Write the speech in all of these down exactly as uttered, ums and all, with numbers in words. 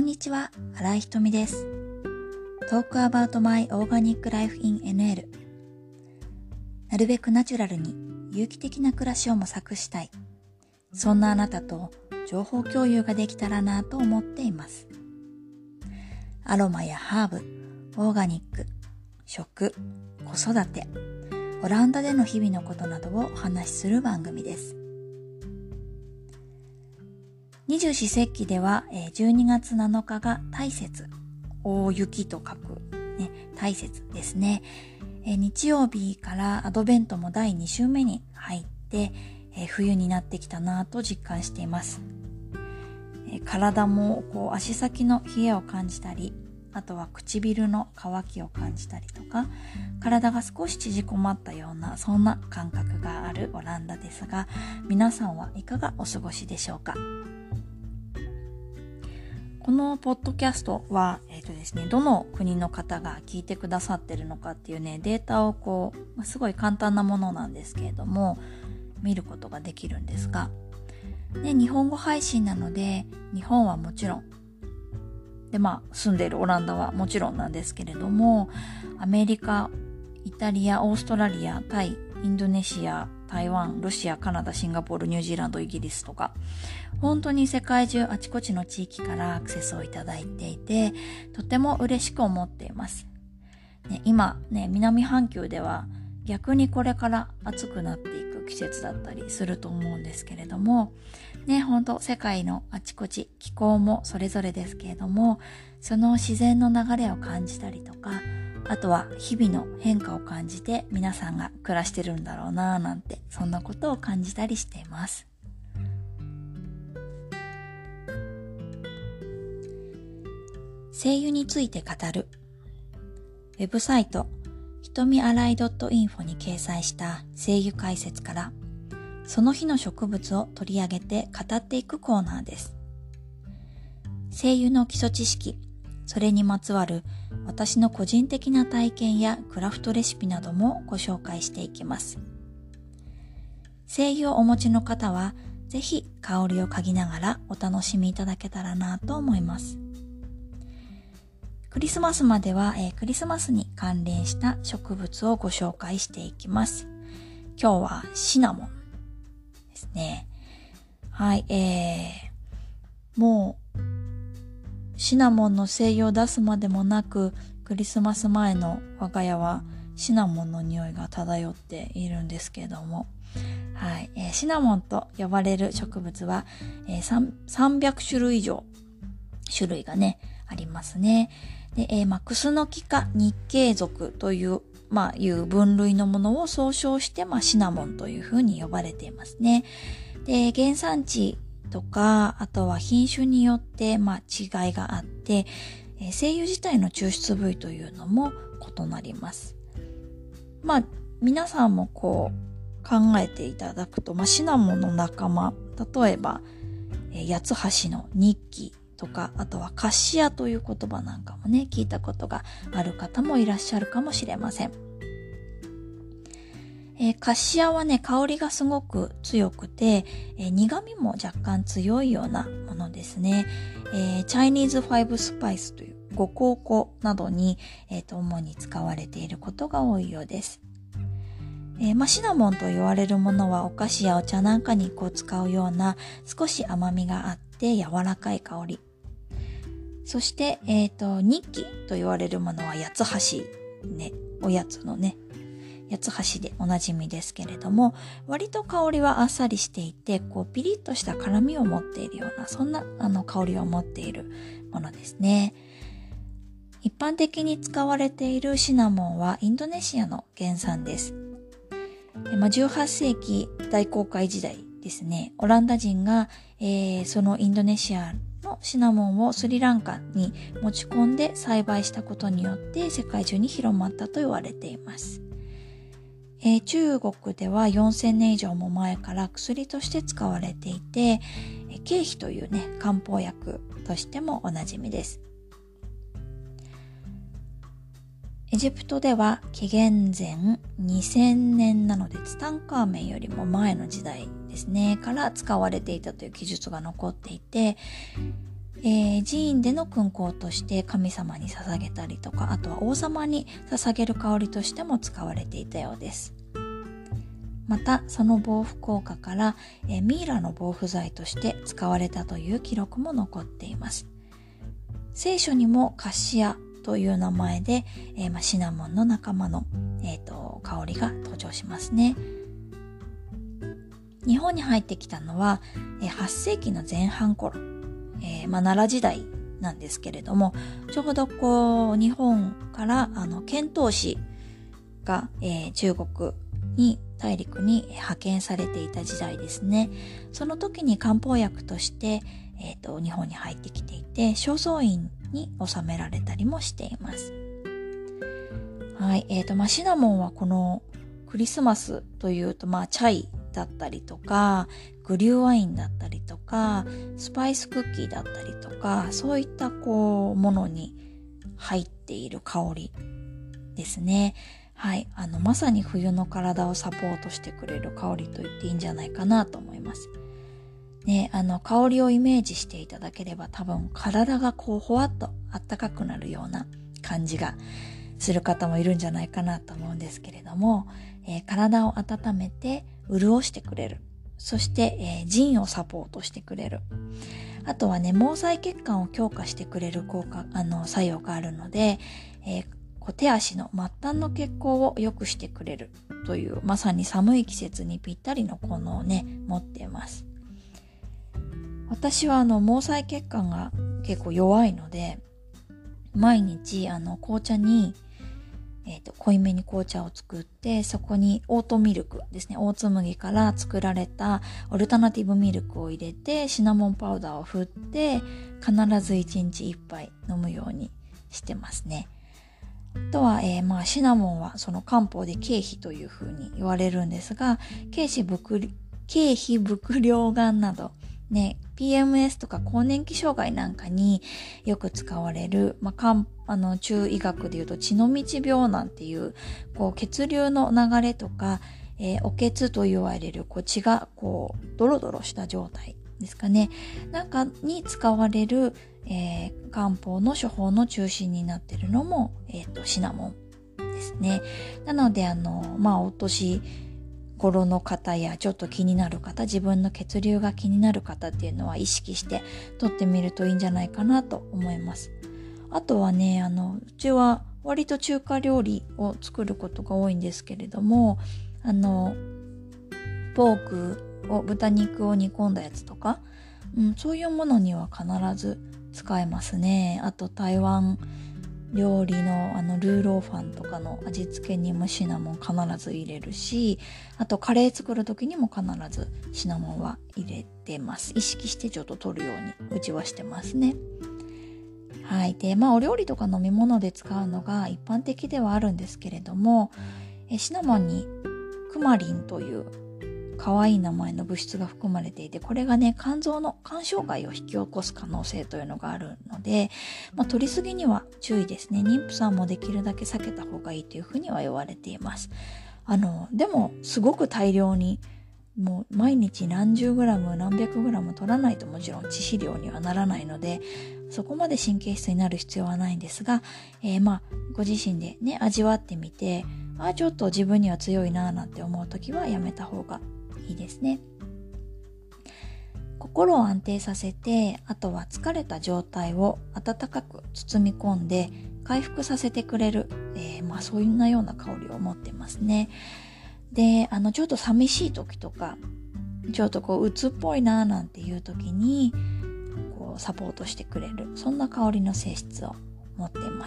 こんにちは、新井ひとみです。Talk about my organic life in エヌエル。なるべくナチュラルに有機的な暮らしを模索したい。そんなあなたと情報共有ができたらなと思っています。アロマやハーブ、オーガニック、食、子育て、オランダでの日々のことなどをお話しする番組です。二十四節気ではじゅうにがつなのかが大雪、大雪と書く、ね、大雪ですね。日曜日からアドベントもだいに週目に入って冬になってきたなと実感しています。体もこう足先の冷えを感じたり、あとは唇の渇きを感じたりとか、体が少し縮こまったようなそんな感覚があるオランダですが、皆さんはいかがお過ごしでしょうか。このポッドキャストは、えーとですね、どの国の方が聞いてくださってるのかっていうね、データをこう、すごい簡単なものなんですけれども、見ることができるんですが、で日本語配信なので、日本はもちろん、でまあ住んでいるオランダはもちろんなんですけれども、アメリカ、イタリア、オーストラリア、タイ、インドネシア、台湾、ロシア、カナダ、シンガポール、ニュージーランド、イギリスとか、本当に世界中あちこちの地域からアクセスをいただいていて、とても嬉しく思っています。ね、今ね、南半球では逆にこれから暑くなっていく季節だったりすると思うんですけれども、ね、本当世界のあちこち気候もそれぞれですけれども、その自然の流れを感じたりとか、あとは日々の変化を感じて皆さんが暮らしてるんだろうなぁなんて、そんなことを感じたりしています。精油について語る。ウェブサイトひとみあらい .info に掲載した精油解説から、その日の植物を取り上げて語っていくコーナーです。精油の基礎知識、それにまつわる私の個人的な体験やクラフトレシピなどもご紹介していきます。精油をお持ちの方は、ぜひ香りを嗅ぎながらお楽しみいただけたらなと思います。クリスマスまでは、えー、クリスマスに関連した植物をご紹介していきます。今日はシナモンですね。はい、えー、もうシナモンの精油を出すまでもなく、クリスマス前の我が家はシナモンの匂いが漂っているんですけれども、はい、えー、シナモンと呼ばれる植物は、えー、さんびゃくしゅるい以上種類がねありますね。で、えー、まあ、クスノキ科日系属という、まあ、いう分類のものを総称して、まあ、シナモンというふうに呼ばれていますね。で、原産地とか、あとは品種によって、まあ、違いがあって、えー、精油自体の抽出部位というのも異なります。まあ、皆さんもこう考えていただくと、まあ、シナモンの仲間、例えば、えー、八つ橋の日記とか、あとはカッシアという言葉なんかもね、聞いたことがある方もいらっしゃるかもしれません。えー、カッシアはね、香りがすごく強くて、えー、苦味も若干強いようなものですね。えー、チャイニーズファイブスパイスという五香粉などに、えーと、主に使われていることが多いようです。えーまあ、シナモンと言われるものはお菓子やお茶なんかにこう使うような少し甘みがあって柔らかい香り。そして、えっと、日記と言われるものは八つ橋、ね、おやつのね、八つ橋でおなじみですけれども、割と香りはあっさりしていて、こうピリッとした辛みを持っているような、そんなあの香りを持っているものですね。一般的に使われているシナモンはインドネシアの原産です。まあ、じゅうはっせいき大航海時代ですね、オランダ人が、えー、そのインドネシアのシナモンをスリランカに持ち込んで栽培したことによって世界中に広まったと言われています。えー、中国ではよんせんねん以上も前から薬として使われていて、桂皮というね、漢方薬としてもおなじみです。エジプトでは紀元前にせんねんなのでツタンカーメンよりも前の時代ですねから使われていたという記述が残っていて、 えー、寺院での勲香として神様に捧げたりとか、あとは王様に捧げる香りとしても使われていたようです。またその防腐効果から、えー、ミイラの防腐剤として使われたという記録も残っています。聖書にもカシアという名前で、えーまあ、シナモンの仲間の、えーと、香りが登場しますね。日本に入ってきたのは、えー、はっせいきの前半頃、えーまあ、奈良時代なんですけれども、ちょうどこう日本からあの遣唐使が、えー、中国に大陸に派遣されていた時代ですね。その時に漢方薬として、えーと、日本に入ってきていて、正倉院に収められたりもしています。はい、えーとまあ、シナモンはこのクリスマスというと、まあ、チャイだったりとかグリューワインだったりとかスパイスクッキーだったりとか、そういったこうものに入っている香りですね。はい、あのまさに冬の体をサポートしてくれる香りと言っていいんじゃないかなと思いますね。あの香りをイメージしていただければ、多分体がこうほわっとあったかくなるような感じがする方もいるんじゃないかなと思うんですけれども、えー、体を温めて潤してくれる。そして、えー、腎をサポートしてくれる。あとはね、毛細血管を強化してくれる効果、あの作用があるので、えー、こう手足の末端の血行を良くしてくれるという、まさに寒い季節にぴったりの効能をね持っています。私はあの毛細血管が結構弱いので、毎日あの紅茶にえーと、濃いめに紅茶を作って、そこにオートミルクですね、オーツ麦から作られたオルタナティブミルクを入れて、シナモンパウダーを振って、必ずいちにちいっぱい飲むようにしてますね。あとは、えー、まあシナモンはその漢方で桂皮というふうに言われるんですが、桂皮伏桂皮伏量がんなどね、ピーエムエス とか更年期障害なんかによく使われる、まあ、かんあの中医学でいうと血の道病なんていう、こう血流の流れとか、えー、お血と言われるこう血がこうドロドロした状態ですかね、なんかに使われる、えー、漢方の処方の中心になっているのも、えーと、シナモンですね。なのであのまあお年頃の方やちょっと気になる方、自分の血流が気になる方っていうのは意識して取ってみるといいんじゃないかなと思います。あとはね、あのうちは割と中華料理を作ることが多いんですけれども、あのポークを豚肉を煮込んだやつとか、うん、そういうものには必ず使えますね。あと台湾料理のあのルーローファンとかの味付けにもシナモン必ず入れるし、あとカレー作る時にも必ずシナモンは入れてます。意識してちょっと取るようにうちはしてますね。はい。で、まあお料理とか飲み物で使うのが一般的ではあるんですけれども、えシナモンにクマリンという可愛い名前の物質が含まれていて、これがね、肝臓の肝障害を引き起こす可能性というのがあるので、まあ、取りすぎには注意ですね。妊婦さんもできるだけ避けた方がいいというふうには言われています。あのでもすごく大量に、もう毎日何十グラム何百グラム取らないともちろん致死量にはならないので、そこまで神経質になる必要はないんですが、えー、まあご自身でね味わってみて、あちょっと自分には強いななんて思うときはやめた方がいいですね。心を安定させて、あとは疲れた状態を温かく包み込んで回復させてくれる、えー、まあそういうような香りを持ってますね。で、あのちょっと寂しい時とか、ちょっとこう鬱っぽいななんていう時にこうサポートしてくれる、そんな香りの性質を持っています。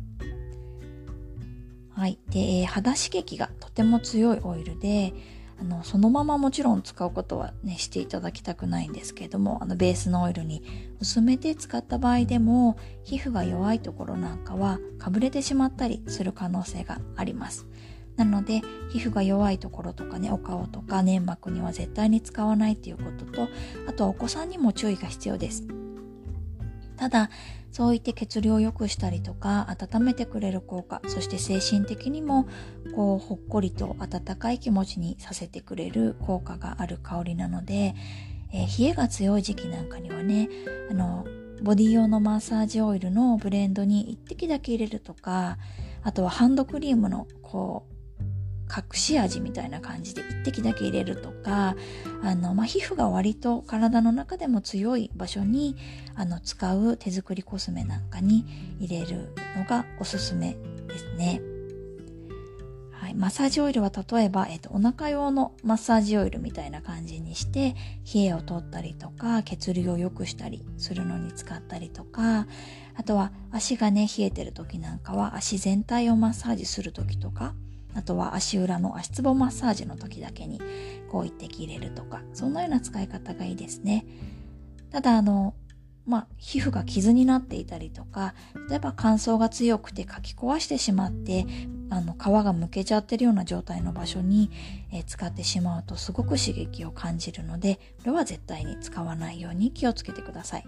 はい。で、えー、肌刺激がとても強いオイルで、あのそのままもちろん使うことはねしていただきたくないんですけれども、あのベースのオイルに薄めて使った場合でも、皮膚が弱いところなんかはかぶれてしまったりする可能性があります。なので皮膚が弱いところとかね、お顔とか粘膜には絶対に使わないということと、あとはお子さんにも注意が必要です。ただそういって血流を良くしたりとか温めてくれる効果、そして精神的にもこうほっこりと温かい気持ちにさせてくれる効果がある香りなので、えー、冷えが強い時期なんかにはね、あのボディ用のマッサージオイルのブレンドにいってきだけ入れるとか、あとはハンドクリームのこう隠し味みたいな感じでいってきだけ入れるとか、あの、まあ、皮膚が割と体の中でも強い場所にあの使う手作りコスメなんかに入れるのがおすすめですね。はい、マッサージオイルは例えば、えっと、お腹用のマッサージオイルみたいな感じにして冷えを取ったりとか血流を良くしたりするのに使ったりとか、あとは足がね冷えてる時なんかは足全体をマッサージする時とか、あとは足裏の足つぼマッサージの時だけにこう一滴入れるとか、そんなような使い方がいいですね。ただあのまあ、皮膚が傷になっていたりとか、例えば乾燥が強くてかき壊してしまってあの皮がむけちゃってるような状態の場所に、えー、使ってしまうとすごく刺激を感じるので、これは絶対に使わないように気をつけてください。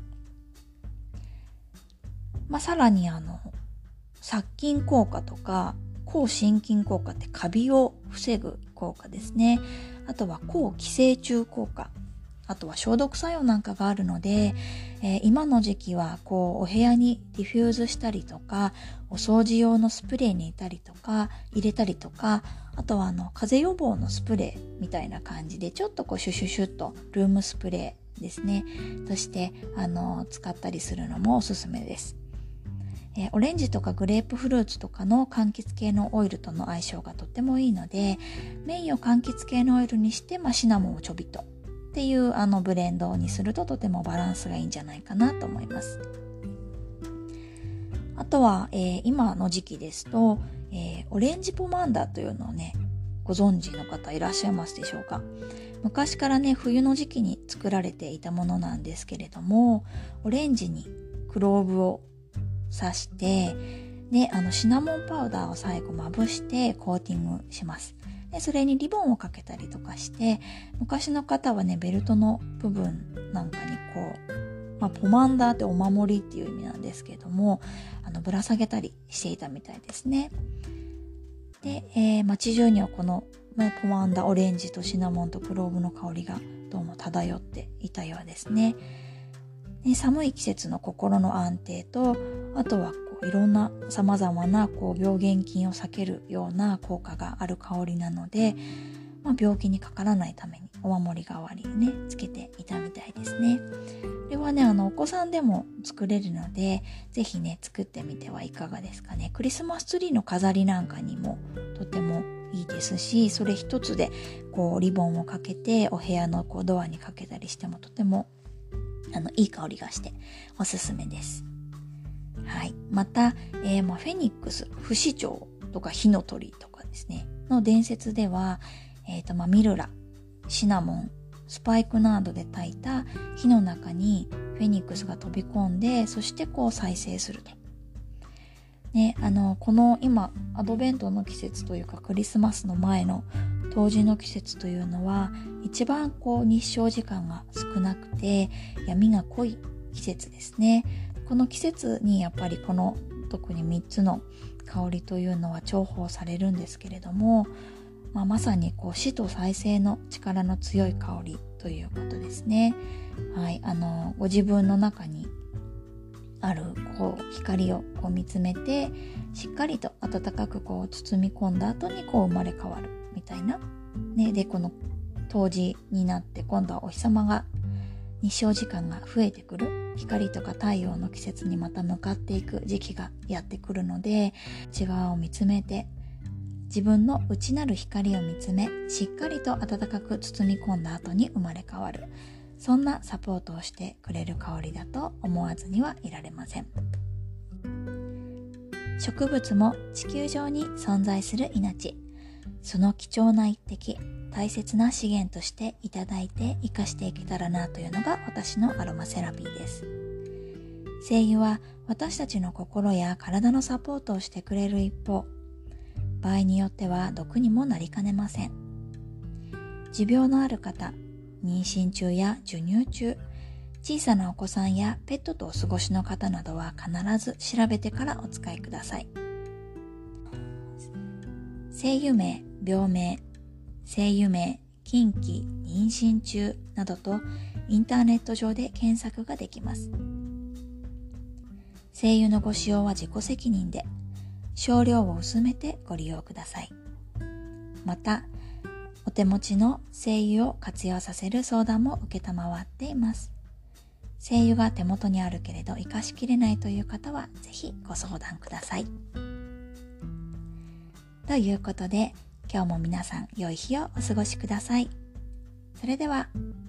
まあ、さらにあの殺菌効果とか抗真菌効果ってカビを防ぐ効果ですね。あとは抗寄生虫効果、あとは消毒作用なんかがあるので、えー、今の時期はこうお部屋にディフューズしたりとか、お掃除用のスプレーに入れたりとか入れたりとか、あとはあの風邪予防のスプレーみたいな感じでちょっとこうシュシュシュッとルームスプレーですねとしてあの使ったりするのもおすすめです。えー、オレンジとかグレープフルーツとかの柑橘系のオイルとの相性がとってもいいので、メインを柑橘系のオイルにして、まあ、シナモンをちょびっとっていうあのブレンドにするととてもバランスがいいんじゃないかなと思います。あとは、えー、今の時期ですと、えー、オレンジポマンダというのをねご存知の方いらっしゃいますでしょうか。昔からね冬の時期に作られていたものなんですけれども、オレンジにクローブを刺してであのシナモンパウダーを最後まぶしてコーティングします。でそれにリボンをかけたりとかして、昔の方はねベルトの部分なんかにこう、まあ、ポマンダーってお守りっていう意味なんですけども、あのぶら下げたりしていたみたいですね。で、えー、街中にはこの、まあ、ポマンダオレンジとシナモンとクローブの香りがどうも漂っていたようですね。で寒い季節の心の安定と、あとはこういろんな様々なこう病原菌を避けるような効果がある香りなので、まあ、病気にかからないためにお守り代わりにねつけていたみたいですね。これはねあのお子さんでも作れるので、ぜひね作ってみてはいかがですかね。クリスマスツリーの飾りなんかにもとてもいいですし、それ一つでこうリボンをかけてお部屋のこうドアにかけたりしてもとてもあのいい香りがしておすすめです。はい、また、えーまあ、フェニックス、不死鳥とか火の鳥とかですねの伝説では、えーとまあ、ミルラ、シナモン、スパイクなどで炊いた火の中にフェニックスが飛び込んで、そしてこう再生すると。ね、あのこの今アドベントの季節というかクリスマスの前の冬至の季節というのは一番こう日照時間が少なくて闇が濃い季節ですね。この季節にやっぱりこの特にみっつの香りというのは重宝されるんですけれども、まあ、まさにこう死と再生の力の強い香りということですね。はい、あのご自分の中にあるこう光をこう見つめてしっかりと温かくこう包み込んだ後にこう生まれ変わるみたいな、ね、でこの冬至になって今度はお日様が日照時間が増えてくる、光とか太陽の季節にまた向かっていく時期がやってくるので、内側を見つめて自分の内なる光を見つめしっかりと温かく包み込んだ後に生まれ変わる、そんなサポートをしてくれる香りだと思わずにはいられません。植物も地球上に存在する命、その貴重な一滴、大切な資源としていただいて生かしていけたらなというのが私のアロマセラピーです。精油は私たちの心や体のサポートをしてくれる一方、場合によっては毒にもなりかねません。持病のある方、妊娠中や授乳中、小さなお子さんやペットとお過ごしの方などは必ず調べてからお使いください。精油名、病名、精油名、禁忌、妊娠中などとインターネット上で検索ができます。 精油のご使用は自己責任で、少量を薄めてご利用ください。また、お手持ちの精油を活用させる相談も受けたまわっています。精油が手元にあるけれど活かしきれないという方はぜひご相談ください。ということで、今日も皆さん良い日をお過ごしください。それでは。